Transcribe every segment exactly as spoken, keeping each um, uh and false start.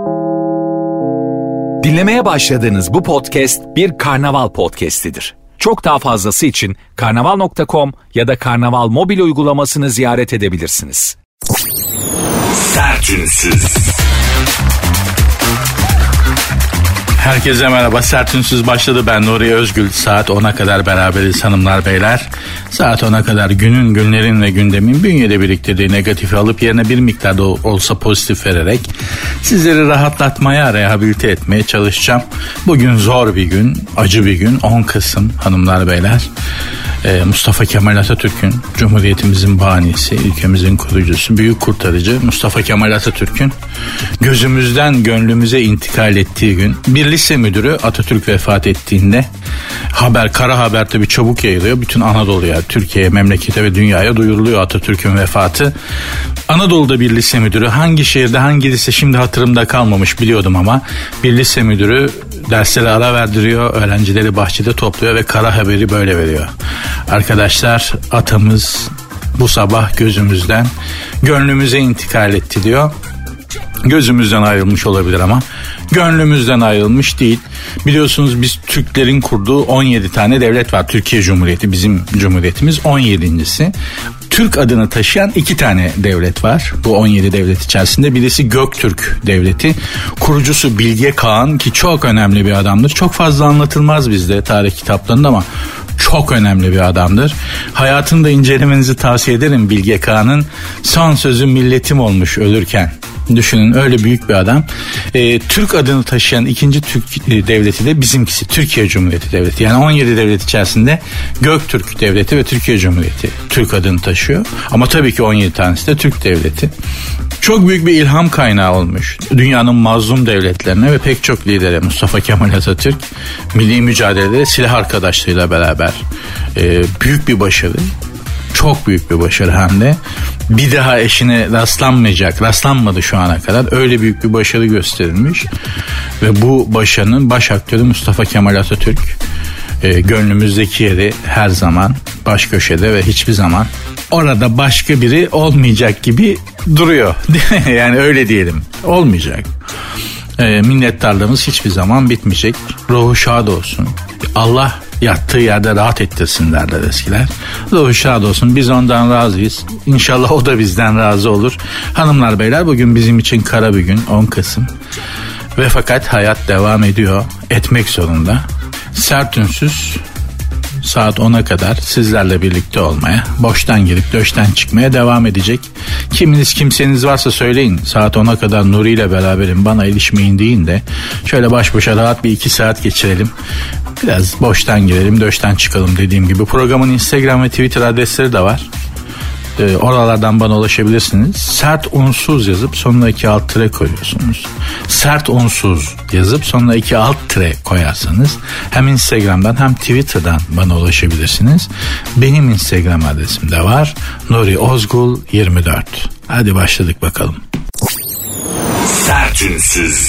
Dinlemeye başladığınız bu podcast bir karnaval podcastidir. Çok daha fazlası için karnaval nokta com ya da karnaval mobil uygulamasını ziyaret edebilirsiniz. Sertünsüz. Herkese merhaba. Sertünsüz başladı. Ben Nuri Özgül. Saat ona kadar beraberiz hanımlar beyler. Saat ona kadar günün, günlerin ve gündemin bünyede biriktirdiği negatifi alıp yerine bir miktar da olsa pozitif vererek sizleri rahatlatmaya, rehabilite etmeye çalışacağım. Bugün zor bir gün, acı bir gün. on Kasım hanımlar beyler. Ee, Mustafa Kemal Atatürk'ün, Cumhuriyetimizin banisi, ülkemizin kurucusu, büyük kurtarıcı Mustafa Kemal Atatürk'ün gözümüzden gönlümüze intikal ettiği gün. Bir lise müdürü Atatürk vefat ettiğinde haber, kara haber tabii çabuk yayılıyor. Bütün Anadolu'ya, Türkiye'ye, memlekete ve dünyaya duyuruluyor Atatürk'ün vefatı. Anadolu'da bir lise müdürü, hangi şehirde hangi lise şimdi hatırımda kalmamış biliyordum ama bir lise müdürü derslere ara verdiriyor, öğrencileri bahçede topluyor ve kara haberi böyle veriyor. Arkadaşlar, atamız bu sabah gözümüzden gönlümüze intikal etti diyor. Gözümüzden ayrılmış olabilir ama gönlümüzden ayrılmış değil. Biliyorsunuz biz Türklerin kurduğu on yedi tane devlet var. Türkiye Cumhuriyeti, bizim cumhuriyetimiz on yedincisi. Türk adını taşıyan iki tane devlet var bu on yedi devlet içerisinde. Birisi Göktürk Devleti. Kurucusu Bilge Kağan, ki çok önemli bir adamdır. Çok fazla anlatılmaz bizde tarih kitaplarında ama çok önemli bir adamdır. Hayatını da incelemenizi tavsiye ederim Bilge Kağan'ın. Son sözü milletim olmuş ölürken. Düşünün, öyle büyük bir adam. Ee, Türk adını taşıyan ikinci Türk devleti de bizimkisi, Türkiye Cumhuriyeti Devleti. Yani on yedi devlet içerisinde Göktürk Devleti ve Türkiye Cumhuriyeti Türk adını taşıyor. Ama tabii ki on yedi tanesi de Türk Devleti. Çok büyük bir ilham kaynağı olmuş dünyanın mazlum devletlerine ve pek çok lidere. Mustafa Kemal Atatürk milli mücadelede silah arkadaşlarıyla beraber e, büyük bir başarı. Çok büyük bir başarı hem de. Bir daha eşine rastlanmayacak, rastlanmadı şu ana kadar. Öyle büyük bir başarı gösterilmiş. Ve bu başarının baş aktörü Mustafa Kemal Atatürk. E, gönlümüzdeki yeri her zaman baş köşede ve hiçbir zaman orada başka biri olmayacak gibi duruyor. Yani öyle diyelim. Olmayacak. E, minnettarlığımız hiçbir zaman bitmeyecek. Ruhu şad olsun. Allah yattığı yerde rahat ettirsin derler eskiler. Ruhu şad olsun. Biz ondan razıyız. İnşallah o da bizden razı olur. Hanımlar beyler, bugün bizim için kara bir gün, on Kasım. Ve fakat hayat devam ediyor. Etmek zorunda. Sertünsüz saat ona kadar sizlerle birlikte olmaya, boştan girip döşten çıkmaya devam edecek. Kiminiz kimseniz varsa söyleyin. Saat ona kadar Nuri ile beraberim, bana ilişmeyin deyin de şöyle baş başa rahat bir iki saat geçirelim. Biraz boştan girelim, döşten çıkalım dediğim gibi. Programın Instagram ve Twitter adresleri de var. E, oralardan bana ulaşabilirsiniz. Sert unsuz yazıp sonuna iki alt tire koyuyorsunuz. Sert unsuz yazıp sonuna iki alt tire koyarsanız hem Instagram'dan hem Twitter'dan bana ulaşabilirsiniz. Benim Instagram adresim de var. Nuri Ozgul yirmi dört. Hadi başladık bakalım. Sertünsüz.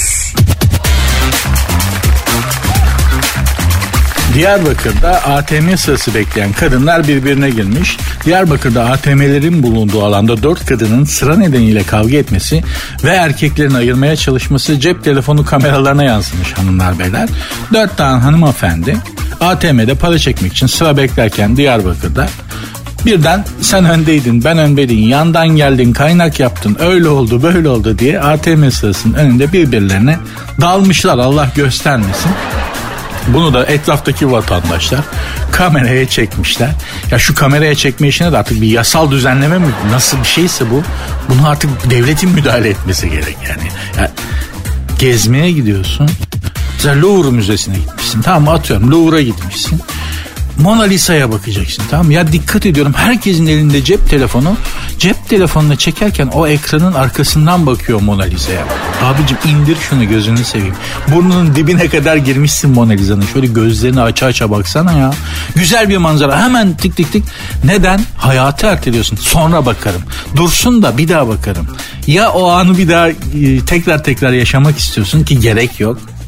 Diyarbakır'da A T M sırası bekleyen kadınlar birbirine girmiş. Diyarbakır'da A T M'lerin bulunduğu alanda dört kadının sıra nedeniyle kavga etmesi ve erkeklerin ayırmaya çalışması cep telefonu kameralarına yansımış hanımlar beyler. Dört tane hanımefendi A T M'de para çekmek için sıra beklerken Diyarbakır'da birden sen öndeydin, ben öndeydim, yandan geldin, kaynak yaptın, öyle oldu, böyle oldu diye A T M sırasının önünde birbirlerine dalmışlar, Allah göstermesin. Bunu da etraftaki vatandaşlar kameraya çekmişler. Ya şu kameraya çekme işine de artık bir yasal düzenleme mi, nasıl bir şeyse bu, bunu artık devletin müdahale etmesi gerek yani. Ya, gezmeye gidiyorsun. Mesela Louvre Müzesi'ne gitmişsin. Tamam, atıyorum Louvre'a gitmişsin. Mona Lisa'ya bakacaksın, tamam. Ya dikkat ediyorum, herkesin elinde cep telefonu. Cep telefonuna çekerken o ekranın arkasından bakıyor Mona Lisa'ya. Abicim indir şunu, gözünü seveyim. Burnunun dibine kadar girmişsin Mona Lisa'nın. Şöyle gözlerini aça aça baksana ya. Güzel bir manzara, hemen tik tik tik. Neden? Hayatı erteliyorsun. Sonra bakarım. Dursun da bir daha bakarım. Ya o anı bir daha e, tekrar tekrar yaşamak istiyorsun ki gerek yok.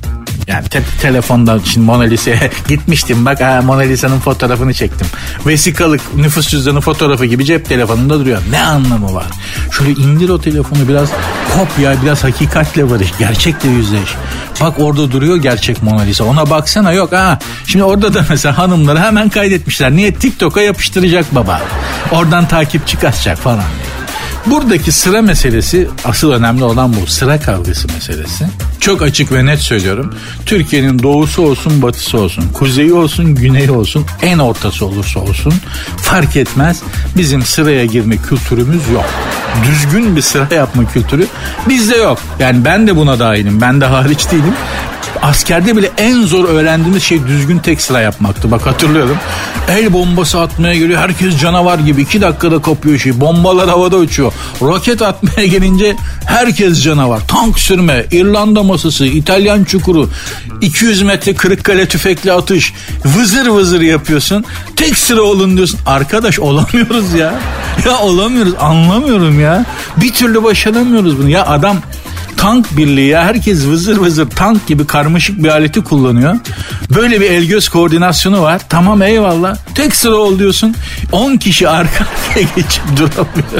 Yani te- telefonda şimdi Mona Lisa'ya gitmiştim. Bak ha, Mona Lisa'nın fotoğrafını çektim. Vesikalık nüfus cüzdanı fotoğrafı gibi cep telefonunda duruyor. Ne anlamı var? Şöyle indir o telefonu, biraz kopya, biraz hakikatle barış. Gerçekle yüzleş. Bak orada duruyor gerçek Mona Lisa. Ona baksana, yok ha. Şimdi orada da mesela hanımları hemen kaydetmişler. Niye? TikTok'a yapıştıracak baba. Oradan takipçi kasacak falan diye. Buradaki sıra meselesi, asıl önemli olan bu. Sıra kavgası meselesi. Çok açık ve net söylüyorum. Türkiye'nin doğusu olsun, batısı olsun, kuzeyi olsun, güneyi olsun, en ortası olursa olsun fark etmez. Bizim sıraya girme kültürümüz yok. Düzgün bir sıra yapma kültürü bizde yok. Yani ben de buna dahilim. Ben de hariç değilim. Askerde bile en zor öğrendiğimiz şey düzgün tek sıra yapmaktı. Bak hatırlıyorum. El bombası atmaya geliyor. Herkes canavar gibi. iki dakikada kopuyor şey. Bombalar havada uçuyor. Roket atmaya gelince herkes canavar. Tank sürme, İrlanda masası, İtalyan çukuru, iki yüz metre Kırıkkale tüfekli atış. Vızır vızır yapıyorsun. Tek sıra olun diyorsun. Arkadaş olamıyoruz ya. Ya olamıyoruz. Anlamıyorum ya. Bir türlü başaramıyoruz bunu. Ya adam tank birliği ya, herkes vızır vızır tank gibi karmaşık bir aleti kullanıyor. Böyle bir el göz koordinasyonu var. Tamam eyvallah. Tek sıra ol diyorsun. on kişi arka arkaya geçip duramıyor.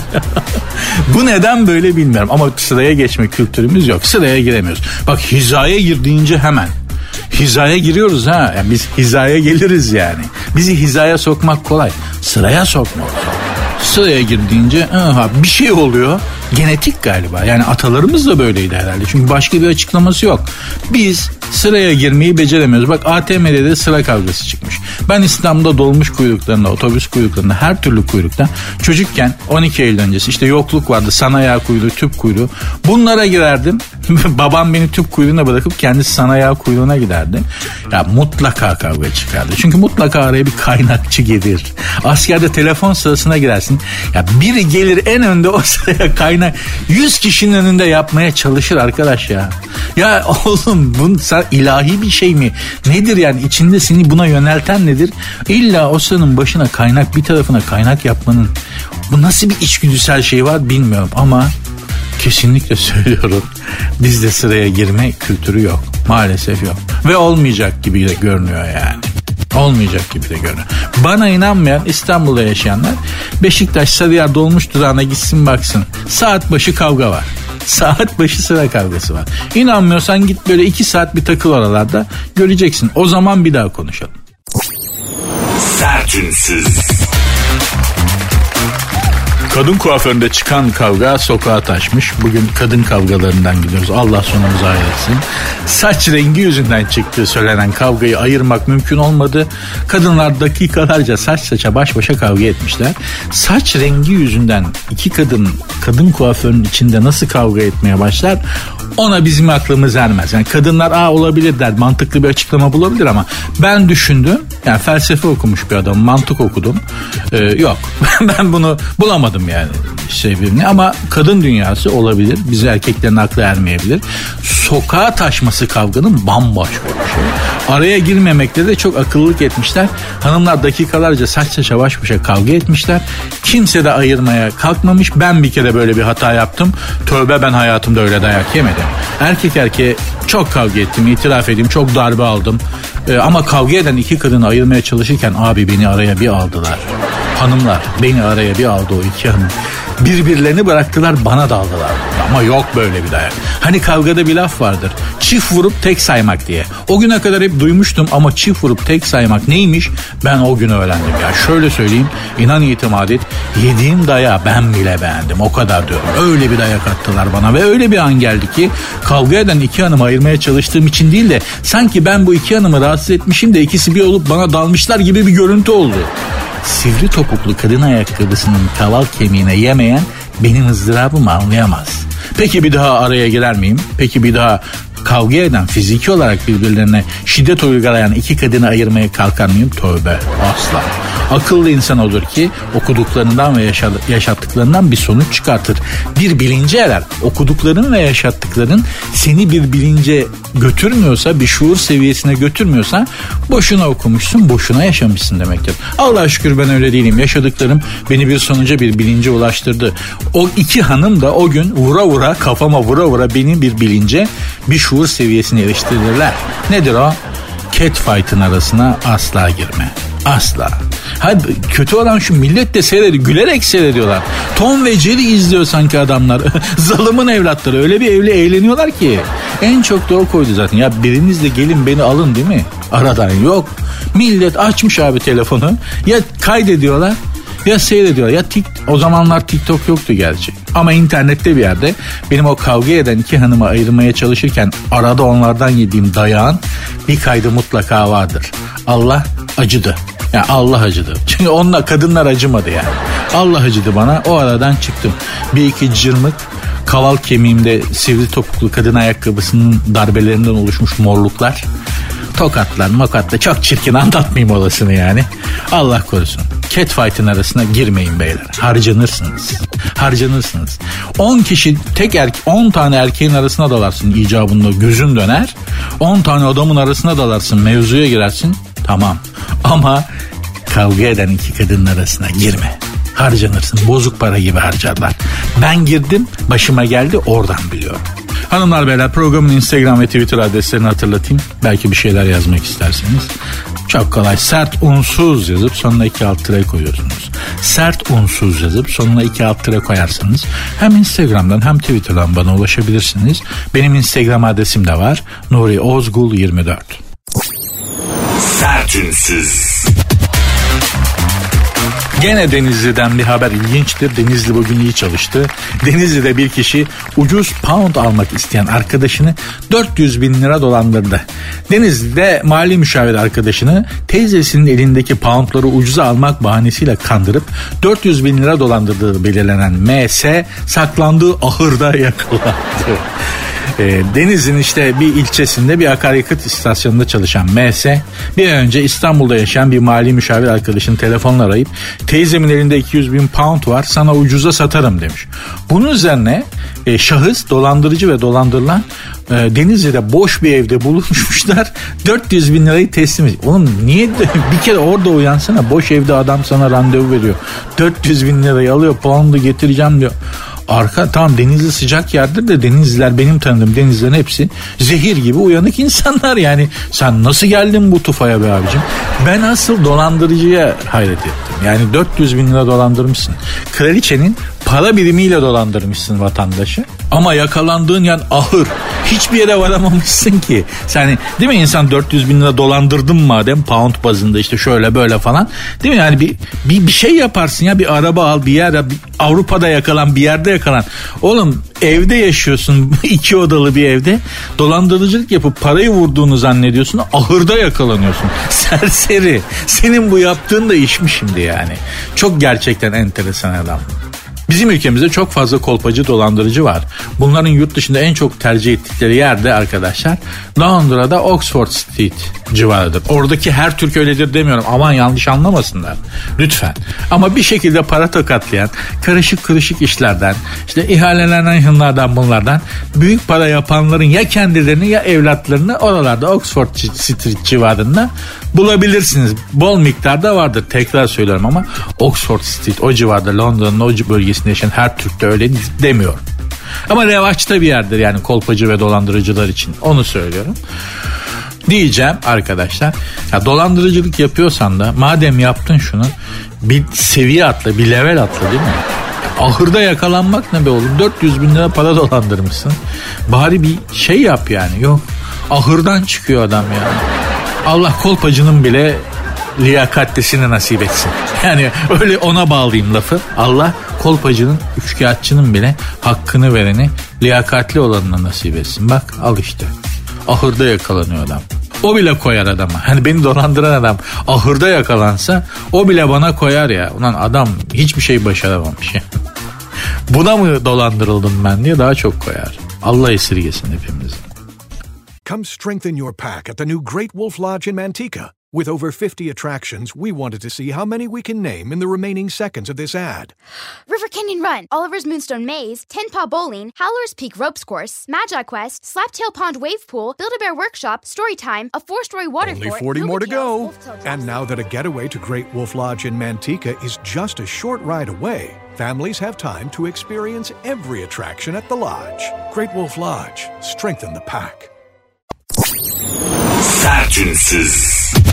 Bu neden böyle bilmiyorum ama sıraya geçme kültürümüz yok. Sıraya giremiyoruz. Bak hizaya gir deyince hemen. Hizaya giriyoruz ha. Yani biz hizaya geliriz yani. Bizi hizaya sokmak kolay. Sıraya sokmak zor. Sıraya girdiğince aha, bir şey oluyor. Genetik galiba. Yani atalarımız da böyleydi herhalde. Çünkü başka bir açıklaması yok. Biz sıraya girmeyi beceremiyoruz. Bak A T M'de de sıra kavgası çıkmış. Ben İstanbul'da dolmuş kuyruklarında, otobüs kuyruklarında, her türlü kuyrukta çocukken on iki Eylül öncesi işte yokluk vardı. Sanayi kuyruğu, tüp kuyruğu. Bunlara girerdim. Babam beni tüp kuyruğuna bırakıp kendisi sanayi kuyruğuna giderdi. Ya mutlaka kavga çıkardı. Çünkü mutlaka araya bir kaynakçı gelir. Askerde telefon sırasına girersin. Ya biri gelir en önde o sıraya kaynak. yüz kişinin önünde yapmaya çalışır arkadaş ya. Ya oğlum bu ilahi bir şey mi? Nedir yani? İçinde seni buna yönelten nedir? İlla o sıranın başına kaynak, bir tarafına kaynak yapmanın bu nasıl bir içgüdüsel şey var bilmiyorum ama kesinlikle söylüyorum. Bizde sıraya girme kültürü yok. Maalesef yok. Ve olmayacak gibi de görünüyor yani. Olmayacak gibi de görünüyor. Bana inanmayan İstanbul'da yaşayanlar Beşiktaş Sarıyer dolmuş durağına gitsin baksın. Saat başı kavga var. Saat başı sıra kavgası var. İnanmıyorsan git böyle iki saat bir takıl oralarda, göreceksin. O zaman bir daha konuşalım. Sertünsüz. Kadın kuaföründe çıkan kavga sokağa taşmış. Bugün kadın kavgalarından gidiyoruz. Allah sonumuzu hayretsin. Saç rengi yüzünden çıktığı söylenen kavgayı ayırmak mümkün olmadı. Kadınlar dakikalarca saç saça baş başa kavga etmişler. Saç rengi yüzünden iki kadın kadın kuaförünün içinde nasıl kavga etmeye başlar? Ona bizim aklımız ermez. Yani kadınlar aa olabilir der, mantıklı bir açıklama bulabilir ama ben düşündüm. Yani felsefe okumuş bir adam, mantık okudum. Ee, yok ben bunu bulamadım yani şey birini, ama kadın dünyası olabilir. Biz erkeklerin aklı ermeyebilir. Sokağa taşması kavganın bambaşka bir şey. Araya girmemekle de çok akıllılık etmişler. Hanımlar dakikalarca saç saça baş başa kavga etmişler. Kimse de ayırmaya kalkmamış. Ben bir kere böyle bir hata yaptım. Tövbe, ben hayatımda öyle dayak yemedim. Erkek erkeğe çok kavga ettim, itiraf edeyim, çok darbe aldım. Ee, ama kavga eden iki kadını ayırmaya çalışırken abi beni araya bir aldılar. Hanımlar beni araya bir aldı o iki hanım. Birbirlerini bıraktılar, bana daldılar. Ama yok böyle bir dayak. Hani kavgada bir laf vardır. Çift vurup tek saymak diye. O güne kadar hep duymuştum ama çift vurup tek saymak neymiş? Ben o gün öğrendim ya. Şöyle söyleyeyim, inan itimat et, yediğim dayağı ben bile beğendim. O kadar diyorum. Öyle bir dayak attılar bana ve öyle bir an geldi ki kavga eden iki hanımı ayırmaya çalıştığım için değil de sanki ben bu iki hanımı rahatsız etmişim de ikisi bir olup bana dalmışlar gibi bir görüntü oldu. Sivri topuklu kadın ayakkabısının kaval kemiğine yemeyen benim ızdırabımı anlayamaz. Peki bir daha araya girer miyim? Peki bir daha kavga eden, fiziki olarak birbirlerine şiddet uygulayan iki kadını ayırmaya kalkar mıyım? Tövbe, asla. Akıllı insan olur ki okuduklarından ve yaşattıklarından bir sonuç çıkartır. Bir bilince erer. Okudukların ve yaşattıkların seni bir bilince götürmüyorsa, bir şuur seviyesine götürmüyorsa boşuna okumuşsun, boşuna yaşamışsın demektir. Allah'a şükür ben öyle değilim. Yaşadıklarım beni bir sonuca, bir bilince ulaştırdı. O iki hanım da o gün vura vura, kafama vura vura beni bir bilince, bir şuur şuur seviyesini eriştirirler. Nedir o? Catfight'ın arasına asla girme. Asla. Hadi kötü olan şu, millet de seyrediyor. Gülerek seyrediyorlar. Tom ve Jerry izliyor sanki adamlar. Zalımın evlatları. Öyle bir evli eğleniyorlar ki. En çok da o koydu zaten. Ya biriniz de gelin beni alın değil mi? Aradan yok. Millet açmış abi telefonu. Ya kaydediyorlar ya seyrediyorlar. Ya tik, o zamanlar TikTok yoktu gerçi. Ama internette bir yerde benim o kavga eden iki hanımı ayırmaya çalışırken arada onlardan yediğim dayağın bir kaydı mutlaka vardır. Allah acıdı. Yani Allah acıdı. Çünkü onunla kadınlar acımadı yani. Allah acıdı bana. O aradan çıktım. Bir iki cırmık, kaval kemiğimde sivri topuklu kadın ayakkabısının darbelerinden oluşmuş morluklar. Tokatlar, mokatlar. Çok çirkin, anlatmayayım olasını yani. Allah korusun. Catfight'ın arasına girmeyin beyler. Harcanırsınız. Harcanırsınız. on kişi tek erkek, on tane erkeğin arasına dalarsın icabında, gözün döner. on tane adamın arasına dalarsın, mevzuya girersin. Tamam. Ama kavga eden iki kadının arasına girme. Harcanırsın. Bozuk para gibi harcarlar. Ben girdim, başıma geldi, oradan biliyorum. Hanımlar beyler, programın Instagram ve Twitter adreslerini hatırlatayım. Belki bir şeyler yazmak isterseniz. Çok kolay. Sert unsuz yazıp sonuna iki alt tire koyuyorsunuz. Sert unsuz yazıp sonuna iki alt tire koyarsanız hem Instagram'dan hem Twitter'dan bana ulaşabilirsiniz. Benim Instagram adresim de var. Nuri Ozgul yirmi dört. Sert unsuz. Gene Denizli'den bir haber ilginçtir. Denizli bugün iyi çalıştı. Denizli'de bir kişi ucuz pound almak isteyen arkadaşını dört yüz bin lira dolandırdı. Denizli'de mali müşavir arkadaşını teyzesinin elindeki poundları ucuza almak bahanesiyle kandırıp dört yüz bin lira dolandırdığı belirlenen M S saklandığı ahırda yakalandı. E, Denizli'nin işte bir ilçesinde bir akaryakıt istasyonunda çalışan M S bir an önce İstanbul'da yaşayan bir mali müşavir arkadaşını telefonla arayıp teyzemin elinde iki yüz bin pound var, sana ucuza satarım demiş. Bunun üzerine e, şahıs, dolandırıcı ve dolandırılan e, Denizli'de boş bir evde buluşmuşlar, dört yüz bin lirayı teslim ediyor. Oğlum niye de, bir kere orada uyansana, boş evde adam sana randevu veriyor, dört yüz bin lirayı alıyor, pound'u getireceğim diyor. Arka tamam, Denizli sıcak yerdir de Denizliler, benim tanıdığım Denizlilerin hepsi zehir gibi uyanık insanlar yani. Sen nasıl geldin bu tufaya be abicim? Ben asıl dolandırıcıya hayret ettim. Yani dört yüz bin lira dolandırmışsın. Kraliçenin para birimiyle dolandırmışsın vatandaşı. Ama yakalandığın yani ahır. Hiçbir yere varamamışsın ki. Sen değil mi, insan dört yüz bin lira dolandırdın madem pound bazında, işte şöyle böyle falan. Değil mi yani bir, bir, bir şey yaparsın ya, bir araba al, bir yer, bir Avrupa'da yakalan, bir yerde yakalan. Oğlum evde yaşıyorsun, iki odalı bir evde dolandırıcılık yapıp parayı vurduğunu zannediyorsun, ahırda yakalanıyorsun. Serseri. Senin bu yaptığın da iş mi şimdi yani? Çok gerçekten enteresan adam. Bizim ülkemizde çok fazla kolpacı, dolandırıcı var. Bunların yurt dışında en çok tercih ettikleri yerde arkadaşlar Londra'da Oxford Street civarıdır. Oradaki her Türk öyledir demiyorum. Aman yanlış anlamasınlar. Lütfen. Ama bir şekilde para tokatlayan, karışık karışık işlerden, işte ihalelerden, şunlardan bunlardan büyük para yapanların ya kendilerini ya evlatlarını oralarda Oxford Street civarında bulabilirsiniz. Bol miktarda vardır. Tekrar söylüyorum ama Oxford Street o civarda, Londra'nın o bölgesinde yaşayan her Türk de öyle demiyorum. Ama revaçta bir yerdir yani kolpacı ve dolandırıcılar için. Onu söylüyorum. Diyeceğim arkadaşlar. Ya dolandırıcılık yapıyorsan da madem yaptın şunu, bir seviye atla, bir level atla değil mi? Ahırda yakalanmak ne be oğlum? dört yüz bin lira para dolandırmışsın. Bari bir şey yap yani. Yok. Ahırdan çıkıyor adam yani. Allah kolpacının bile liyakatlisini nasip etsin. Yani öyle ona bağlayayım lafı. Allah kolpacının, üçkağıtçının bile hakkını vereni, liyakatli olanına nasip etsin. Bak al işte. Ahırda yakalanıyor adam. O bile koyar adama. Hani beni dolandıran adam ahırda yakalansa o bile bana koyar ya. Ulan adam hiçbir şey başaramamış ya. Buna mı dolandırıldım ben diye daha çok koyar. Allah esirgesin hepimizi. Come strengthen your pack at the new Great Wolf Lodge in Manteca. With over fifty attractions, we wanted to see how many we can name in the remaining seconds of this ad. River Canyon Run, Oliver's Moonstone Maze, Tin Paw Bowling, Howler's Peak Ropes Course, Magi Quest, Slaptail Pond Wave Pool, Build-A-Bear Workshop, Storytime, a four-story water Only fort, forty more to go. Wolftail And now that a getaway to Great Wolf Lodge in Manteca is just a short ride away, families have time to experience every attraction at the lodge. Great Wolf Lodge, strengthen the pack. Sertünsüz.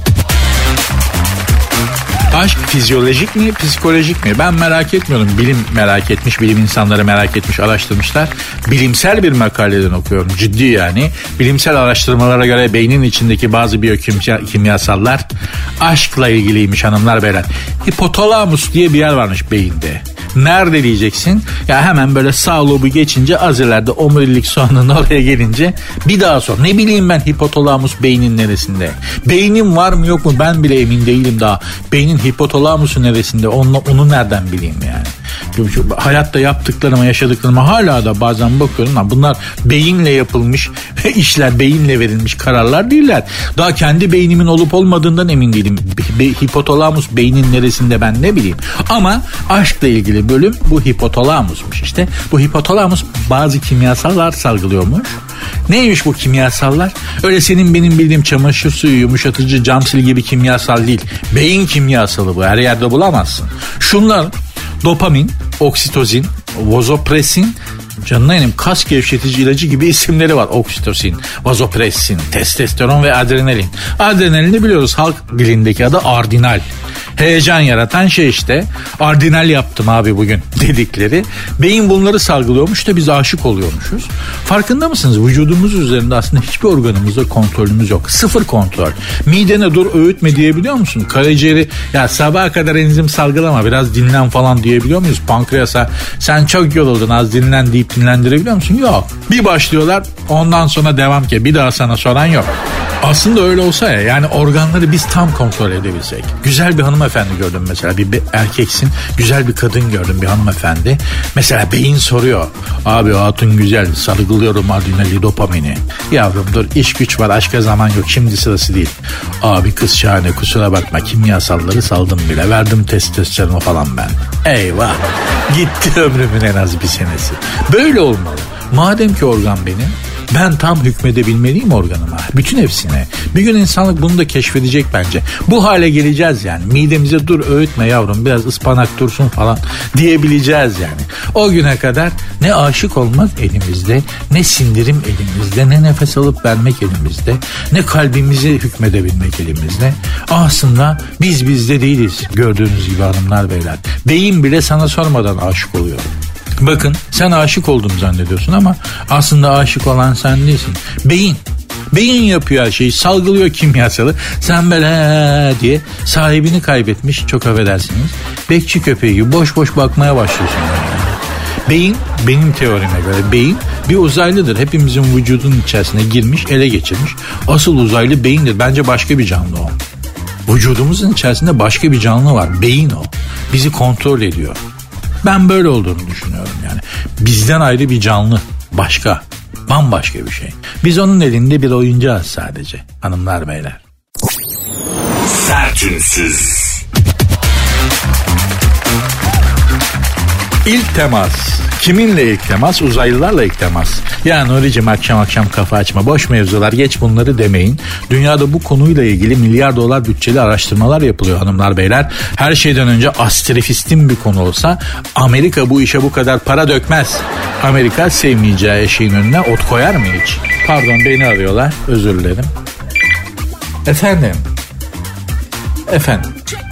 Aşk fizyolojik mi, psikolojik mi? Ben merak etmiyorum. Bilim merak etmiş, bilim insanları merak etmiş, araştırmışlar. Bilimsel bir makaleden okuyorum. Ciddi yani. Bilimsel araştırmalara göre beynin içindeki bazı biyokimyasallar aşkla ilgiliymiş hanımlar beyler. Hipotalamus diye bir yer varmış beyinde. Nerede diyeceksin? Ya hemen böyle sağ lobu geçince az ileride omurilik soğanının oraya gelince bir daha sor. Ne bileyim ben hipotalamus beynin neresinde? Beynim var mı yok mu ben bile emin değilim daha. Beynin hipotalamusu neresinde onu, onu nereden bileyim yani? Hayatta yaptıklarıma, yaşadıklarıma hala da bazen bakıyorum ama bunlar beyinle yapılmış işler, beyinle verilmiş kararlar değiller. Daha kendi beynimin olup olmadığından emin değilim. Be- hipotalamus beynin neresinde ben ne bileyim. Ama aşkla ilgili bölüm bu hipotalamusmuş işte. Bu hipotalamus bazı kimyasallar salgılıyormuş. Neymiş bu kimyasallar? Öyle senin benim bildiğim çamaşır suyu, yumuşatıcı, cam sil gibi kimyasal değil. Beyin kimyasalı bu. Her yerde bulamazsın. Şunlar dopamin, oksitozin, vazopresin, canına inim kas gevşetici ilacı gibi isimleri var. Oksitosin, vazopresin, testosteron ve adrenalin. Adrenalini biliyoruz, halk dilindeki adı ardinal. Heyecan yaratan şey işte. Ardinal yaptım abi bugün dedikleri. Beyin bunları salgılıyormuş da biz aşık oluyormuşuz. Farkında mısınız? Vücudumuz üzerinde aslında hiçbir organımızda kontrolümüz yok. Sıfır kontrol. Midene dur öğütme diyebiliyor musun? Karaciğeri ya sabaha kadar enzim salgılama biraz dinlen falan diyebiliyor muyuz? Pankreasa sen çok yoruldun az dinlen deyip dinlendirebiliyor musun? Yok. Bir başlıyorlar ondan sonra devam ki bir daha sana soran yok. Aslında öyle olsa ya yani organları biz tam kontrol edebilsek. Güzel bir hanımefendi gördüm mesela bir, bir erkeksin güzel bir kadın gördüm bir hanımefendi. Mesela beyin soruyor. Abi hatun güzel salgılıyorum adrenali dopamini. Yavrum dur iş güç var aşka zaman yok şimdi sırası değil. Abi kız şahane kusura bakma kimyasalları saldım bile verdim testosteronu falan ben. Eyvah gitti ömrümün en az bir senesi. Böyle olmalı. Madem ki organ benim ben tam hükmedebilmeliyim organıma. Bütün hepsine. Bir gün insanlık bunu da keşfedecek bence. Bu hale geleceğiz yani. Midemize dur öğütme yavrum biraz ıspanak dursun falan diyebileceğiz yani. O güne kadar ne aşık olmak elimizde, ne sindirim elimizde, ne nefes alıp vermek elimizde, ne kalbimizi hükmedebilmek elimizde. Aslında biz bizde değiliz gördüğünüz gibi hanımlar beyler. Beyin bile sana sormadan aşık oluyor. Bakın sen aşık oldum zannediyorsun ama aslında aşık olan sen değilsin. Beyin. Beyin yapıyor her şeyi salgılıyor kimyasalı. Sen böyle he diye sahibini kaybetmiş çok affedersiniz. Bekçi köpeği gibi boş boş bakmaya başlıyorsun. Yani. Beyin benim teorime göre beyin bir uzaylıdır. Hepimizin vücudunun içerisine girmiş ele geçirmiş. Asıl uzaylı beyindir. Bence başka bir canlı o. Vücudumuzun içerisinde başka bir canlı var. Beyin o. Bizi kontrol ediyor. Ben böyle olduğunu düşünüyorum yani. Bizden ayrı bir canlı. Başka. Bambaşka bir şey. Biz onun elinde bir oyuncağız sadece. Hanımlar beyler. Sertünsüz. İlk temas. Kiminle ilk temas? Uzaylılarla ilk temas. Ya Nuri'cim akşam akşam kafa açma. Boş mevzular geç bunları demeyin. Dünyada bu konuyla ilgili milyar dolar bütçeli araştırmalar yapılıyor hanımlar beyler. Her şeyden önce astrofistin bir konu olsa Amerika bu işe bu kadar para dökmez. Amerika sevmeyeceği eşeğin önüne ot koyar mı hiç? Pardon beni arıyorlar. Özür dilerim. Efendim. Efendim.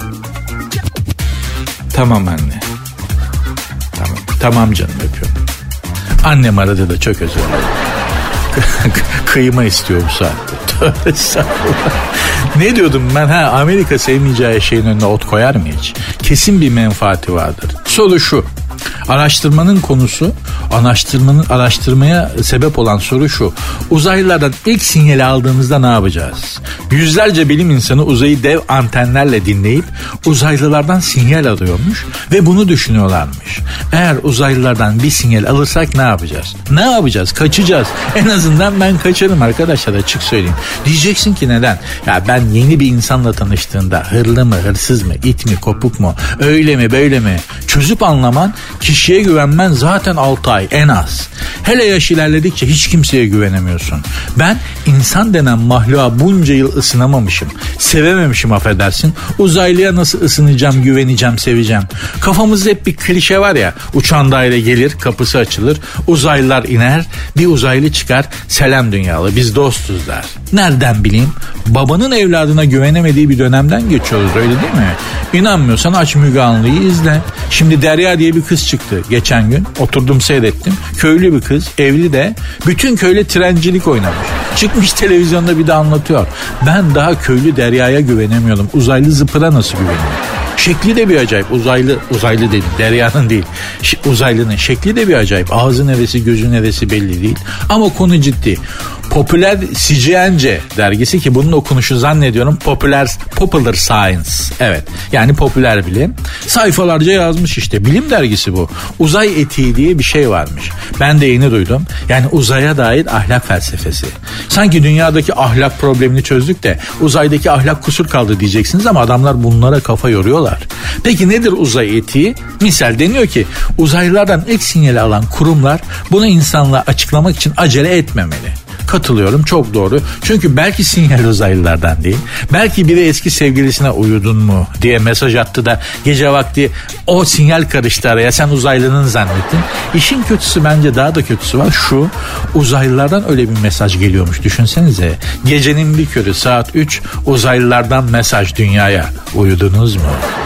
Tamam anne. Tamam. Tamam canım öpüyorum. Annem aradı da çok özür dilerim. Kıyma istiyor bu saatte. Tövbe estağfurullah. Ne diyordum ben? Ha Amerika sevmeyeceği şeyin önüne ot koyar mı hiç? Kesin bir menfaati vardır. Soru şu. Araştırmanın konusu, araştırmanın araştırmaya sebep olan soru şu. Uzaylılardan ilk sinyali aldığımızda ne yapacağız? Yüzlerce bilim insanı uzayı dev antenlerle dinleyip uzaylılardan sinyal alıyormuş ve bunu düşünüyorlarmış. Eğer uzaylılardan bir sinyal alırsak ne yapacağız? Ne yapacağız? Kaçacağız. En azından ben kaçarım arkadaşlar açık söyleyeyim. Diyeceksin ki neden? Ya ben yeni bir insanla tanıştığında hırlı mı, hırsız mı, it mi, kopuk mu, öyle mi, böyle mi? Çözüp anlaman, kişiye güvenmen zaten altı ay. ay en az. Hele yaş ilerledikçe hiç kimseye güvenemiyorsun. Ben insan denen mahluğa bunca yıl ısınamamışım. Sevememişim affedersin. Uzaylıya nasıl ısınacağım, güveneceğim, seveceğim. Kafamızda hep bir klişe var ya. Uçan daire gelir, kapısı açılır. Uzaylılar iner, bir uzaylı çıkar. Selam dünyalı, biz dostuz der. Nereden bileyim? Babanın evladına güvenemediği bir dönemden geçiyoruz, öyle değil mi? İnanmıyorsan aç Müge Anlı'yı izle. Şimdi Derya diye bir kız çıktı geçen gün. Oturdum seyrettim. Köylü bir kız, evli de. Bütün köyle trencilik oynamış. Çıkmış televizyonda bir de anlatıyor. Ben daha köylü Derya'ya güvenemiyordum. Uzaylı zıpıra nasıl güveniyorum? Şekli de bir acayip. Uzaylı, uzaylı dedi. Derya'nın değil. Ş- uzaylının şekli de bir acayip. Ağzı neresi, gözü neresi belli değil. Ama konu ciddi. Popüler Science dergisi, ki bunun okunuşu zannediyorum Popular, Popular Science. Evet. Yani popüler bilim. Sayfalarca yazmış işte. Bilim dergisi bu. Uzay etiği diye bir şey varmış. Ben de yeni duydum. Yani uzaya dair ahlak felsefesi. Sanki dünyadaki ahlak problemini çözdük de uzaydaki ahlak kusur kaldı diyeceksiniz ama adamlar bunlara kafa yoruyorlar. Peki nedir uzay etiği? Misal deniyor ki uzaylılardan ilk sinyali alan kurumlar bunu insanlığa açıklamak için acele etmemeli. Katılıyorum, çok doğru. Çünkü belki sinyal uzaylılardan değil. Belki biri eski sevgilisine uyudun mu diye mesaj attı da gece vakti o sinyal karıştı araya, sen uzaylının zannettin. İşin kötüsü, bence daha da kötüsü var. Şu, uzaylılardan öyle bir mesaj geliyormuş. Düşünsenize, gecenin bir körü saat üç uzaylılardan mesaj dünyaya. Uyudunuz mu?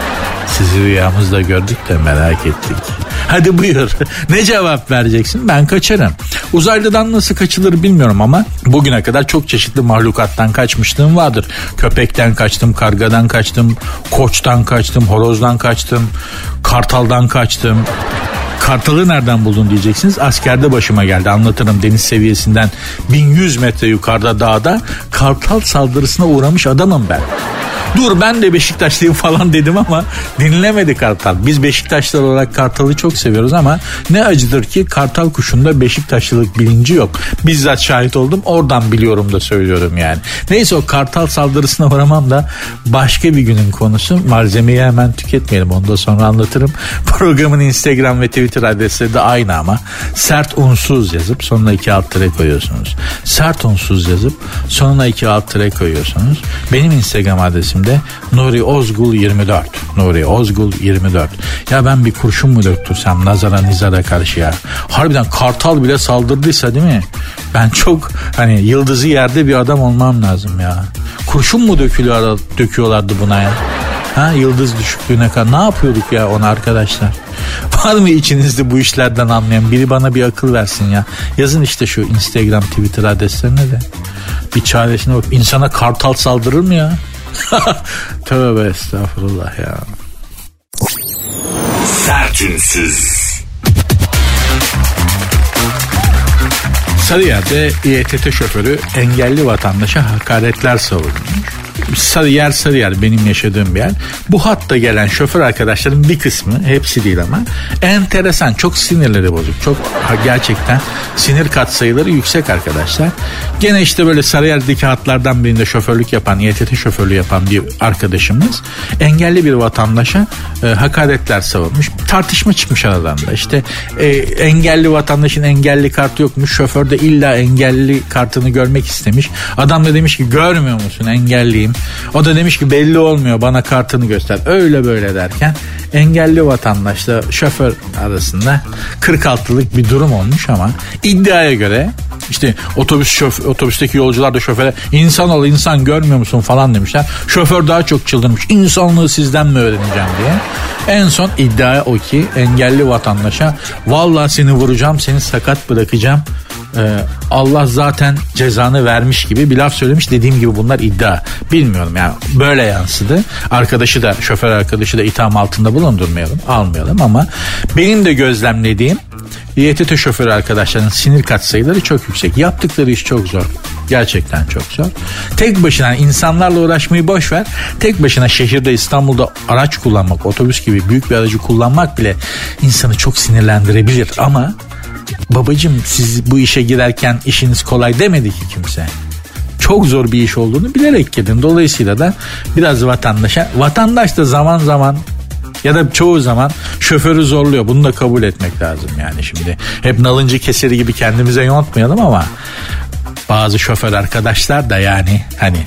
Sizi rüyamızda gördük de merak ettik. Hadi buyur. Ne cevap vereceksin? Ben kaçarım. Uzaylıdan nasıl kaçılır bilmiyorum ama bugüne kadar çok çeşitli mahlukattan kaçmışlığım vardır. Köpekten kaçtım, kargadan kaçtım, koçtan kaçtım, horozdan kaçtım, kartaldan kaçtım. Kartalı nereden buldun diyeceksiniz. Askerde başıma geldi, anlatırım. Deniz seviyesinden bin yüz metre yukarıda dağda kartal saldırısına uğramış adamım ben. Dur ben de Beşiktaşlıyım falan dedim ama dinlemedi kartal. Biz Beşiktaşlılar olarak kartalı çok seviyoruz ama ne acıdır ki kartal kuşunda Beşiktaşlılık bilinci yok. Bizzat şahit oldum, oradan biliyorum da söylüyorum yani. Neyse, o kartal saldırısına uğramam da başka bir günün konusu. Malzemeyi hemen tüketmeyelim, onu da sonra anlatırım. Programın Instagram ve Twitter adresleri de aynı ama sert unsuz yazıp sonuna iki alt tere koyuyorsunuz. Sert unsuz yazıp sonuna iki alt tere koyuyorsunuz. Benim Instagram adresim de Nuri Ozgul yirmi dört. Nuri Ozgul yirmi dört. Ya ben bir kurşun mu döktürsem nazara nizara karşı ya? Harbiden kartal bile saldırdıysa değil mi? Ben çok hani yıldızı yerde bir adam olmam lazım ya. Kurşun mu dökülüyor, döküyorlardı buna ya? Ha, yıldız düşüklüğüne kadar ne yapıyorduk ya ona arkadaşlar? Var mı içinizde bu işlerden anlayan? Biri bana bir akıl versin ya. Yazın işte şu Instagram, Twitter adreslerine de. Bir çaresine bak. İnsana kartal saldırır mı ya? Tövbe estağfurullah ya. Sertünsüz. Sarıyer'de İ T T şoförü engelli vatandaşa hakaretler savurmuş. Sarıyer Sarıyer benim yaşadığım bir yer. Bu hatta gelen şoför arkadaşlarım bir kısmı, hepsi değil ama enteresan, çok sinirleri bozuk. Çok gerçekten sinir katsayıları yüksek arkadaşlar. Gene işte böyle Sarıyer'deki hatlardan birinde şoförlük yapan, İ T T şoförlüğü yapan bir arkadaşımız engelli bir vatandaşa e, hakaretler savurmuş. Tartışma çıkmış aralarında. İşte e, engelli vatandaşın engelli kartı yokmuş. Şoför de illa engelli kartını görmek istemiş. Adam da demiş ki görmüyor musun, engelliyim. O da demiş ki belli olmuyor, bana kartını göster. Öyle böyle derken engelli vatandaşla şoför arasında kırk altılık bir durum olmuş ama iddiaya göre işte otobüs şof, otobüsteki yolcular da şoföre insan ol insan görmüyor musun falan demişler. Şoför daha çok çıldırmış. İnsanlığı sizden mi öğreneceğim diye. En son iddia o ki engelli vatandaşa vallahi seni vuracağım, seni sakat bırakacağım. Ee, Allah zaten cezanı vermiş gibi bir laf söylemiş. Dediğim gibi bunlar iddia. Bilmiyorum yani, böyle yansıdı. Arkadaşı da, şoför arkadaşı da itham altında bulundurmayalım, almayalım ama benim de gözlemlediğim İ T T şoförü arkadaşların sinir katsayıları çok yüksek. Yaptıkları iş çok zor. Gerçekten çok zor. Tek başına insanlarla uğraşmayı boş ver. Tek başına şehirde, İstanbul'da araç kullanmak, otobüs gibi büyük bir aracı kullanmak bile insanı çok sinirlendirebilir ama babacığım siz bu işe girerken işiniz kolay demedi ki kimse. Çok zor bir iş olduğunu bilerek girdin. Dolayısıyla da biraz vatandaşa, vatandaş da zaman zaman Ya da çoğu zaman şoförü zorluyor. Bunu da kabul etmek lazım yani şimdi. Hep nalıncı keseri gibi kendimize yontmayalım ama bazı şoför arkadaşlar da yani hani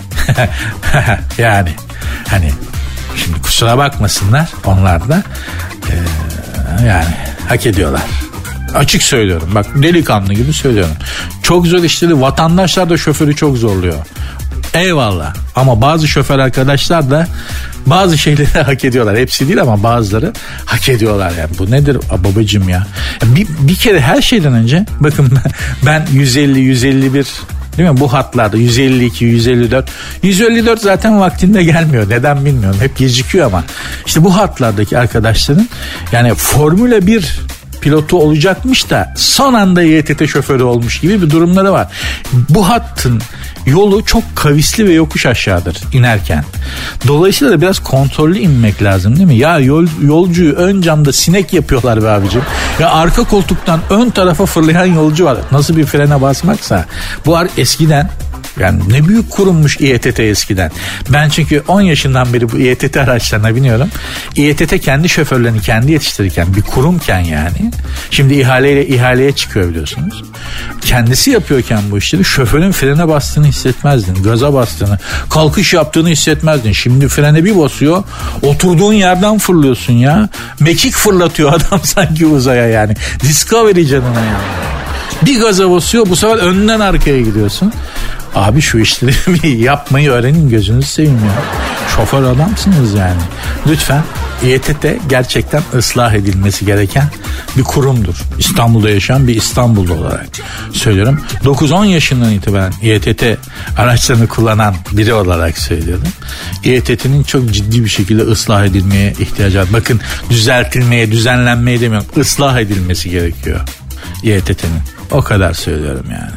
yani hani şimdi kusura bakmasınlar, onlar da e, yani hak ediyorlar. Açık söylüyorum, bak delikanlı gibi söylüyorum. Çok zor işleri, vatandaşlar da şoförü çok zorluyor. Eyvallah, ama bazı şoför arkadaşlar da bazı şeyleri hak ediyorlar. Hepsi değil ama bazıları hak ediyorlar yani. Bu nedir babacığım ya? Bir, bir kere her şeyden önce bakın, ben yüz elli yüz elli bir değil mi? Bu hatlarda yüz elli iki yüz elli dört yüz elli dört zaten vaktinde gelmiyor. Neden bilmiyorum. Hep gecikiyor ama işte bu hatlardaki arkadaşların yani Formula bir pilotu olacakmış da son anda Y T T şoförü olmuş gibi bir durumları var. Bu hattın yolu çok kavisli ve yokuş aşağıdır inerken. Dolayısıyla da biraz kontrollü inmek lazım değil mi? Ya yol, yolcuyu ön camda sinek yapıyorlar be abicim. Ya arka koltuktan ön tarafa fırlayan yolcu var. Nasıl bir frene basmaksa. Bu eskiden, yani ne büyük kurummuş İ E T T eskiden. Ben çünkü on yaşından beri bu İ E T T araçlarına biniyorum. İ E T T kendi şoförlerini kendi yetiştirirken, bir kurumken yani. Şimdi ihaleyle ihaleye çıkıyor biliyorsunuz. Kendisi yapıyorken bu işleri, şoförün frene bastığını hissetmezdin. Gaza bastığını, kalkış yaptığını hissetmezdin. Şimdi frene bir basıyor, oturduğun yerden fırlıyorsun ya. Mekik fırlatıyor adam sanki uzaya yani. Discovery canına yani. Bir gaza basıyor, bu sefer önden arkaya gidiyorsun. Abi şu işleri yapmayı öğrenin, gözünüzü seveyim ya. Şoför adamsınız yani. Lütfen. İ E T T gerçekten ıslah edilmesi gereken bir kurumdur. İstanbul'da yaşayan bir İstanbullu olarak söylüyorum. dokuz on yaşından itibaren İ E T T araçlarını kullanan biri olarak söylüyorum. İ E T T'nin çok ciddi bir şekilde ıslah edilmeye ihtiyacı var. Bakın, düzeltilmeye, düzenlenmeye demiyorum. Islah edilmesi gerekiyor İ E T T'nin. O kadar söylüyorum yani.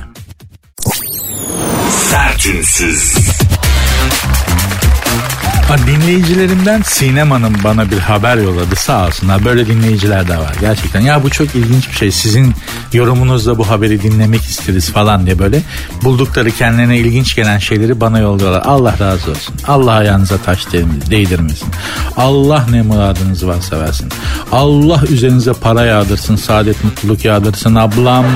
Sertünsüz. Dinleyicilerimden Sinem Hanım bana bir haber yolladı, sağ olsunlar. Böyle dinleyiciler de var gerçekten. Ya bu çok ilginç bir şey, sizin yorumunuzla bu haberi dinlemek isteriz falan diye böyle buldukları kendilerine ilginç gelen şeyleri bana yolluyorlar. Allah razı olsun. Allah ayağınıza taş değdirmesin. Allah ne muradınız varsa versin. Allah üzerinize para yağdırsın, saadet mutluluk yağdırsın ablam.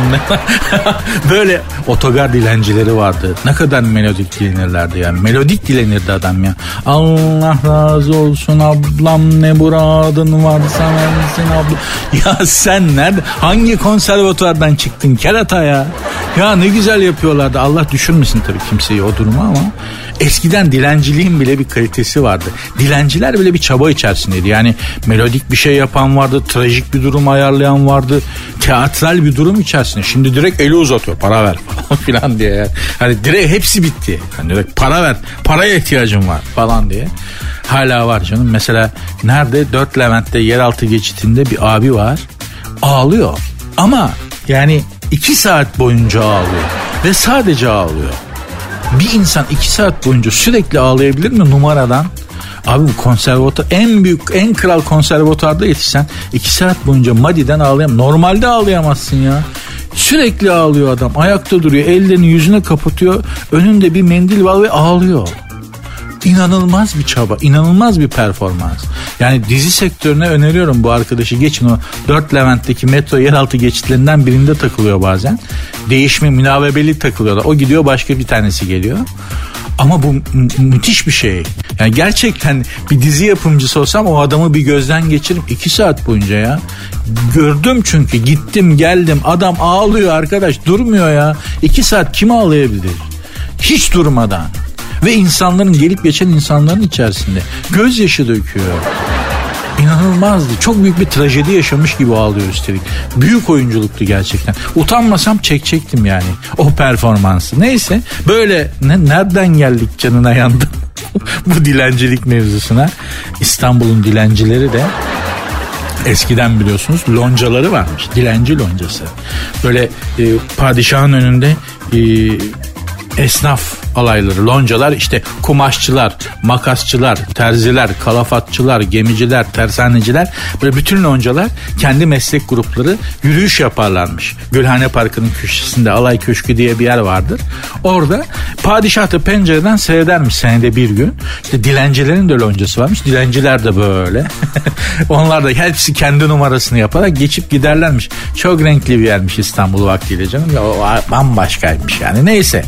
Böyle otogar dilencileri vardı. Ne kadar melodik dilenirlerdi ya. Melodik dilenirdi adam ya. Allah Allah razı olsun ablam, ne muradın varsa versin ablam. Ya sen nerede, hangi konservatuardan çıktın kerata ya? Ya ne güzel yapıyorlardı. Allah düşürmesin tabii kimseyi o duruma ama eskiden dilenciliğin bile bir kalitesi vardı. Dilenciler bile bir çaba içerisindeydi. Yani melodik bir şey yapan vardı, trajik bir durum ayarlayan vardı, teatral bir durum içerisinde. Şimdi direkt eli uzatıyor, para ver falan filan diye. Hani direkt hepsi bitti. Hani direkt para ver, paraya ihtiyacım var falan diye. Hala var canım. Mesela nerede? Dört Levent'te yeraltı geçitinde bir abi var. Ağlıyor. Ama yani iki saat boyunca ağlıyor. Ve sadece ağlıyor. Bir insan iki saat boyunca sürekli ağlayabilir mi numaradan? Abi bu konservatuar, en büyük, en kral konservatuarda yetişsen iki saat boyunca madiden ağlayamazsın. Normalde ağlayamazsın ya. Sürekli ağlıyor adam. Ayakta duruyor. Ellerini yüzüne kapatıyor. Önünde bir mendil var ve ağlıyor. İnanılmaz bir çaba, inanılmaz bir performans. Yani dizi sektörüne öneriyorum bu arkadaşı. Geçin, o dört Levent'teki metro yeraltı geçitlerinden birinde takılıyor bazen. Değişme, münavebeli takılıyorlar. O gidiyor, başka bir tanesi geliyor. Ama bu mü- müthiş bir şey. Yani gerçekten bir dizi yapımcısı olsam o adamı bir gözden geçiririm. iki saat boyunca ya. Gördüm çünkü, gittim geldim. Adam ağlıyor arkadaş, durmuyor ya. iki saat kim ağlayabilir? Hiç durmadan. Ve insanların, gelip geçen insanların içerisinde gözyaşı döküyor. İnanılmazdı. Çok büyük bir trajedi yaşamış gibi ağlıyor üstelik. Büyük oyunculuktu gerçekten. Utanmasam çekecektim yani o performansı. Neyse, böyle ne, nereden geldik canına yandım bu dilencilik mevzusuna. İstanbul'un dilencileri de eskiden biliyorsunuz loncaları varmış. Dilenci loncası. Böyle e, padişahın önünde e, esnaf alayları, loncalar işte kumaşçılar, makasçılar, terziler, kalafatçılar, gemiciler, tersaneciler, böyle bütün loncalar kendi meslek grupları yürüyüş yaparlarmış. Gülhane Parkı'nın köşesinde Alay Köşkü diye bir yer vardır. Orada padişah da pencereden seyredermiş senede bir gün. İşte dilencilerin de loncası varmış. Dilenciler de böyle. Onlar da hepsi kendi numarasını yaparak geçip giderlermiş. Çok renkli bir yermiş İstanbul vaktiyle canım. Ya, o bambaşkaymış yani. Neyse.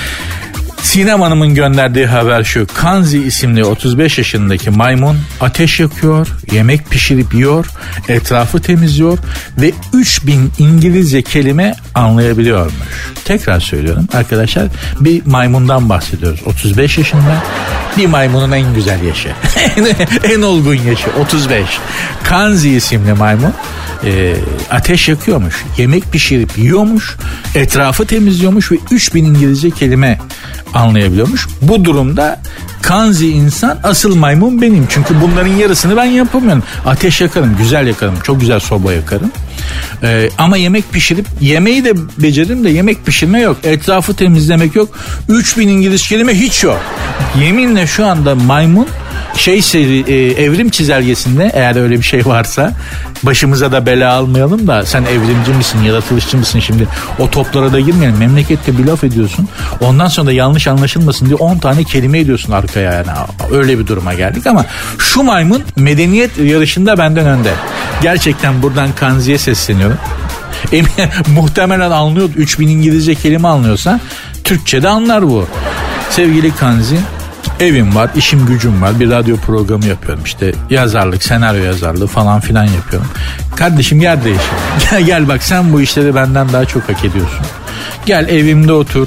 Sinem Hanım'ın gönderdiği haber şu: Kanzi isimli otuz beş yaşındaki maymun ateş yakıyor, yemek pişirip yiyor, etrafı temizliyor ve üç bin İngilizce kelime anlayabiliyormuş. Tekrar söylüyorum arkadaşlar, bir maymundan bahsediyoruz. otuz beş yaşında, bir maymunun en güzel yaşı. En olgun yaşı otuz beş. Kanzi isimli maymun e, ateş yakıyormuş, yemek pişirip yiyormuş, etrafı temizliyormuş ve üç bin İngilizce kelime anlayabiliyormuş. Bu durumda Kanzi insan, asıl maymun benim. Çünkü bunların yarısını ben yapamıyorum. Ateş yakarım, güzel yakarım, çok güzel soba yakarım. Ee, ama yemek pişirip, yemeği de beceririm de yemek pişirme yok. Etrafı temizlemek yok. üç bin İngiliz kelime hiç yok. Yeminle şu anda maymun şey seri, e, evrim çizelgesinde, eğer öyle bir şey varsa, başımıza da bela almayalım da, sen evrimci misin, yaratılışçı mısın, şimdi o toplara da girmeyelim. Memlekette bir laf ediyorsun, ondan sonra da yanlış anlaşılmasın diye on tane kelime ediyorsun arkaya yani. Öyle bir duruma geldik ama şu maymun medeniyet yarışında benden önde. Gerçekten buradan Kanzi'ye sesleniyorum. Emin, muhtemelen anlıyor, üç bin İngilizce kelime anlıyorsa Türkçe'de anlar bu. Sevgili Kanzi, evim var, işim gücüm var, bir radyo programı yapıyorum, işte yazarlık, senaryo yazarlığı falan filan yapıyorum. Kardeşim yer değişir. Gel, gel bak, sen bu işleri benden daha çok hak ediyorsun. Gel evimde otur.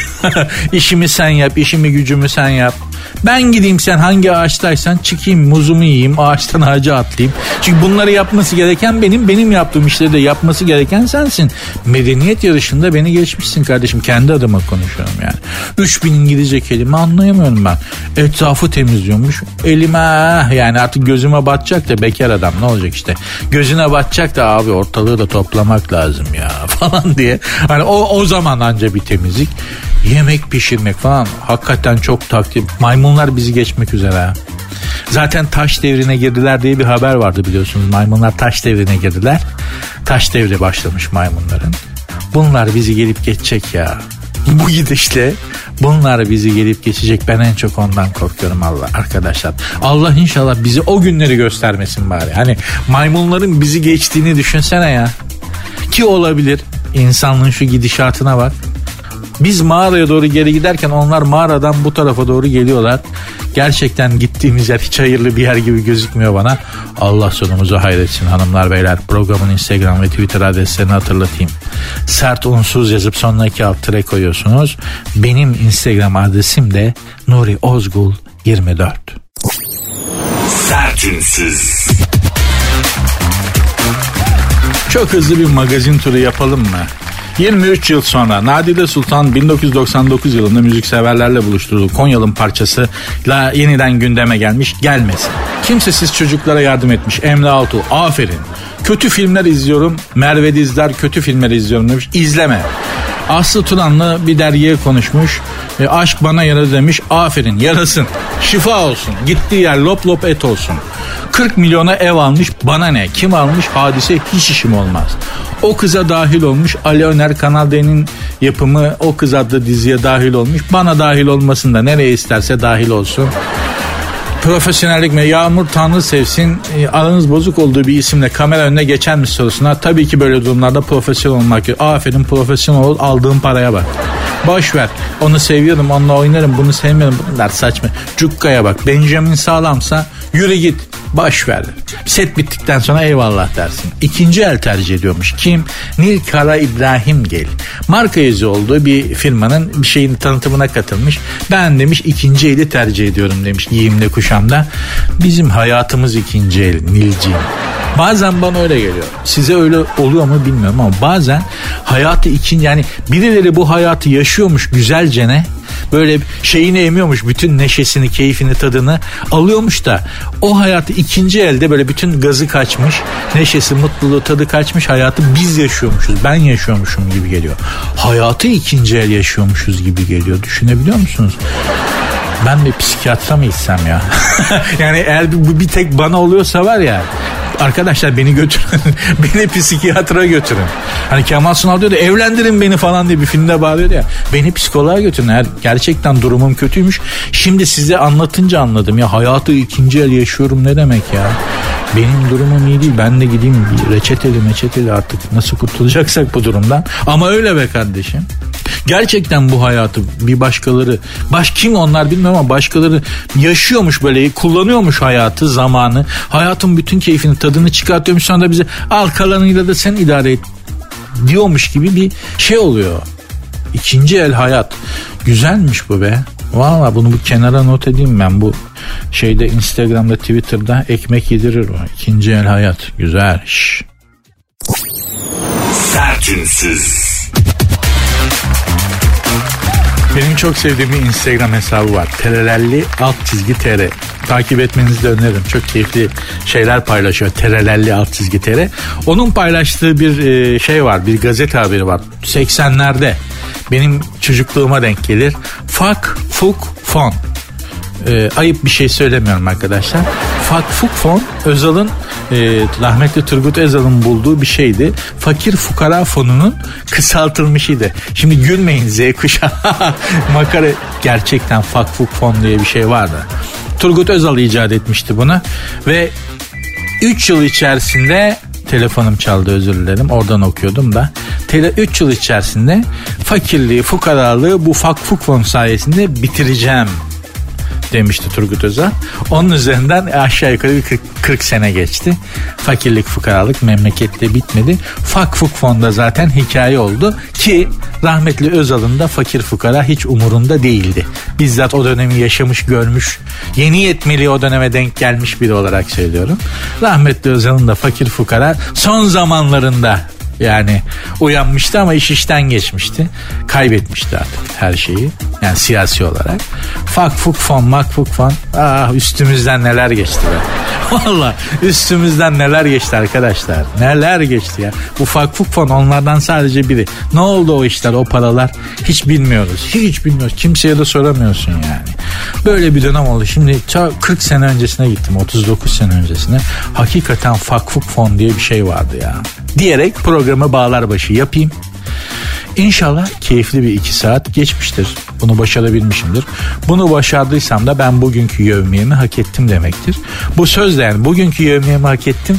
İşimi sen yap, işimi gücümü sen yap. Ben gideyim, sen hangi ağaçtaysan çıkayım, muzumu yiyeyim, ağaçtan ağaca atlayayım. Çünkü bunları yapması gereken benim, benim yaptığım işleri de yapması gereken sensin. Medeniyet yarışında beni geçmişsin kardeşim, kendi adıma konuşuyorum yani. üç bin İngilizce kelime anlayamıyorum ben. Etrafı temizliyormuş, elime yani artık gözüme batacak da, bekar adam ne olacak işte. Gözüne batacak da abi ortalığı da toplamak lazım ya falan diye. Hani o, o zaman anca bir temizlik. Yemek pişirmek falan hakikaten çok takdir. Maymunlar bizi geçmek üzere. Zaten taş devrine girdiler diye bir haber vardı biliyorsunuz. Maymunlar taş devrine girdiler. Taş devri başlamış maymunların. Bunlar bizi gelip geçecek ya. Bu gidişle bunlar bizi gelip geçecek. Ben en çok ondan korkuyorum Allah arkadaşlar. Allah inşallah bizi o günleri göstermesin bari. Hani maymunların bizi geçtiğini düşünsene ya. Ki olabilir. İnsanlığın şu gidişatına bak. Biz mağaraya doğru geri giderken onlar mağaradan bu tarafa doğru geliyorlar. Gerçekten gittiğimiz yer hiç hayırlı bir yer gibi gözükmüyor bana. Allah sonumuzu hayretsin hanımlar beyler. Programın Instagram ve Twitter adreslerini hatırlatayım. Sert unsuz yazıp sonuna iki alt tire koyuyorsunuz. Benim Instagram adresim de Nuri Ozgul yirmi dört. Sert unsuz. Çok hızlı bir magazin turu yapalım mı? yirmi üç yıl sonra Nadide Sultan bin dokuz yüz doksan dokuz yılında müzikseverlerle buluşturduğu Konyalı'nın parçasıyla yeniden gündeme gelmiş. Gelmesin. Kimsesiz çocuklara yardım etmiş Emre Altuğ. Aferin. Kötü filmler izliyorum. Merve Dizdar kötü filmler izliyorum demiş. İzleme. Aslı Turan'la bir dergiye konuşmuş. E, aşk bana yaradı demiş. Aferin, yarasın. Şifa olsun. Gittiği yer lop lop et olsun. kırk milyona ev almış. Bana ne? Kim almış? Hadise, hiç işim olmaz. O kıza dahil olmuş. Ali Öner Kanal D'nin yapımı O Kız adlı diziye dahil olmuş. Bana dahil olmasın da nereye isterse dahil olsun. Profesyonellik mi? Yağmur Tanrı sevsin, e, aranız bozuk olduğu bir isimle kamera önüne geçer mi sorusuna, tabii ki böyle durumlarda profesyonel olmak gerekiyor. Aferin, profesyonel ol, aldığın paraya bak. Boş ver. Onu seviyorum, onunla oynarım, bunu sevmiyorum. Bunlar saçma. Cukkaya bak. Benjamin sağlamsa yürü git. Boş ver. Set bittikten sonra eyvallah dersin. İkinci el tercih ediyormuş. Kim? Nilkara İbrahimgil. Marka yüzü olduğu bir firmanın bir şeyin tanıtımına katılmış. Ben demiş ikinci eli tercih ediyorum demiş giyimde kuşamda. Bizim hayatımız ikinci el Nilciğim. Bazen bana öyle geliyor. Size öyle oluyor mu bilmiyorum ama bazen hayatı ikinci, yani birileri bu hayatı yaşıyormuş güzelce ne? böyle şeyini emiyormuş, bütün neşesini, keyfini, tadını alıyormuş da o hayatı ikinci elde böyle bütün gazı kaçmış, neşesi, mutluluğu, tadı kaçmış hayatı biz yaşıyormuşuz, ben yaşıyormuşum gibi geliyor. Hayatı ikinci el yaşıyormuşuz gibi geliyor. Düşünebiliyor musunuz? Ben bir psikiyatra mı gitsem ya? Yani eğer bu bir tek bana oluyorsa var ya, arkadaşlar beni götürün. Beni psikiyatra götürün. Hani Kemal Sunal diyordu, evlendirin beni falan diye bir filmde bağırıyordu ya. Beni psikoloğa götürün. Eğer gerçekten durumum kötüymüş. Şimdi size anlatınca anladım ya, hayatı ikinci el yaşıyorum ne demek ya? Benim durumum iyi değil. Ben de gideyim bir reçeteli meçeteli artık nasıl kurtulacaksak bu durumdan. Ama öyle be kardeşim. Gerçekten bu hayatı bir başkaları, baş kim onlar bilmiyorum ama başkaları yaşıyormuş, böyle kullanıyormuş hayatı, zamanı. Hayatın bütün keyfini, tadını çıkartıyormuş, sonra da bize al kalanıyla da sen idare et diyormuş gibi bir şey oluyor. İkinci el hayat. Güzelmiş bu be. Valla bunu bu kenara not edeyim ben. Bu şeyde Instagram'da, Twitter'da ekmek yedirir o. İkinci el hayat. Güzel. Şş. Sertünsüz. Benim çok sevdiğim bir Instagram hesabı var. Terelelli alt çizgi tr. Takip etmenizi de öneririm. Çok keyifli şeyler paylaşıyor. Terelelli alt çizgi tr. Onun paylaştığı bir şey var. Bir gazete haberi var. seksenlerde benim çocukluğuma denk gelir. Fak fuk fon. E, ayıp bir şey söylemiyorum arkadaşlar. Fak fuk fon Özal'ın e, rahmetli Turgut Özal'ın bulduğu bir şeydi. Fakir fukara fonunun kısaltılmışıydı. Şimdi gülmeyin Z kuşağı. Makara, gerçekten fak fuk fon diye bir şey vardı. Turgut Özal icat etmişti bunu ve üç yıl içerisinde, telefonum çaldı özür dilerim, oradan okuyordum da, üç yıl içerisinde fakirliği, fukaralığı bu fak fuk fon sayesinde bitireceğim demişti Turgut Özal. Onun üzerinden aşağı yukarı kırk, kırk sene geçti. Fakirlik, fukaralık memlekette bitmedi. Fak fuk fonda zaten hikaye oldu ki rahmetli Özal'ın da fakir fukara hiç umurunda değildi. Bizzat o dönemi yaşamış, görmüş, yeni yetmeli o döneme denk gelmiş biri olarak söylüyorum. Rahmetli Özal'ın da fakir fukara son zamanlarında yani uyanmıştı ama iş işten geçmişti. Kaybetmişti artık her şeyi. Yani siyasi olarak. Fak fuk fon, mak fuk fon. Ah, üstümüzden neler geçti be. Valla üstümüzden neler geçti arkadaşlar. Neler geçti ya. Bu fak fuk fon onlardan sadece biri. Ne oldu o işler, o paralar? Hiç bilmiyoruz. Hiç bilmiyoruz. Kimseye de soramıyorsun yani. Böyle bir dönem oldu. Şimdi kırk sene öncesine gittim. otuz dokuz sene öncesine. Hakikaten fak fuk fon diye bir şey vardı ya. Diyerek programı bağlar başı yapayım. İnşallah keyifli bir iki saat geçmiştir. Bunu başarabilmişimdir. Bunu başardıysam da ben bugünkü yevmiyemi hak ettim demektir. Bu sözle yani bugünkü yevmiyemi hak ettim.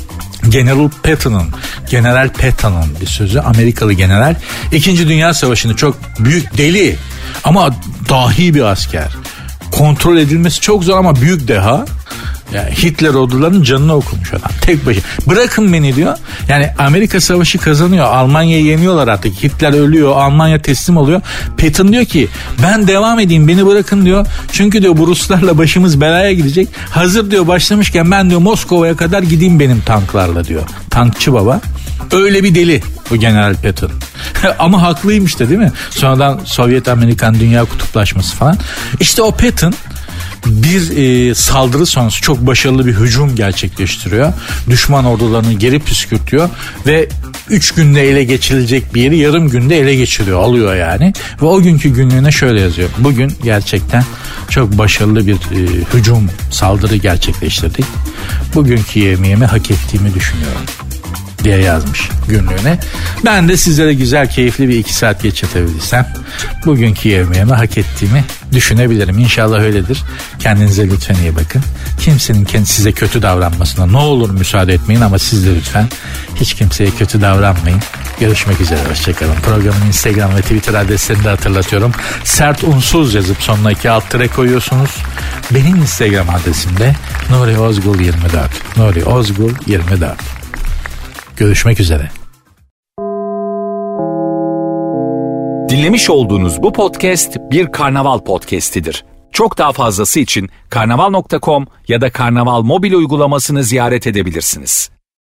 General Patton'un, General Patton'un bir sözü. Amerikalı general. İkinci Dünya Savaşı'nı çok büyük, deli ama dahi bir asker. Kontrol edilmesi çok zor ama büyük deha. Yani Hitler ordularının canını okumuş adam. Tek başına. Bırakın beni diyor. Yani Amerika savaşı kazanıyor. Almanya'yı yeniyorlar artık. Hitler ölüyor. Almanya teslim oluyor. Patton diyor ki ben devam edeyim, beni bırakın diyor. Çünkü diyor bu Ruslarla başımız belaya gidecek. Hazır diyor başlamışken ben diyor Moskova'ya kadar gideyim benim tanklarla diyor. Tankçı baba. Öyle bir deli bu General Patton. Ama haklıymış da değil mi? Sonradan Sovyet-Amerikan dünya kutuplaşması falan. İşte o Patton bir e, saldırı sonrası çok başarılı bir hücum gerçekleştiriyor. Düşman ordularını geri püskürtüyor ve üç günde ele geçirilecek bir yeri yarım günde ele geçiriyor, alıyor yani. Ve o günkü günlüğüne şöyle yazıyor. Bugün gerçekten çok başarılı bir e, hücum, saldırı gerçekleştirdik. Bugünkü yemeğimi hak ettiğimi düşünüyorum diye yazmış günlüğüne. Ben de sizlere güzel, keyifli bir iki saat geçirtebilirsem bugünkü yemeğimi hak ettiğimi düşünebilirim. İnşallah öyledir. Kendinize lütfen iyi bakın. Kimsenin size kötü davranmasına ne olur müsaade etmeyin ama siz de lütfen hiç kimseye kötü davranmayın. Görüşmek üzere. Hoşçakalın. Programın Instagram ve Twitter adreslerini de hatırlatıyorum. Sert unsuz yazıp sonuna iki alt tere koyuyorsunuz. Benim Instagram adresim de Nuri Ozgul yirmi dört. Nuri Ozgul yirmi dört. Görüşmek üzere. Dinlemiş olduğunuz bu podcast bir Karnaval podcastidir. Çok daha fazlası için karnaval nokta com ya da Karnaval mobil uygulamasını ziyaret edebilirsiniz.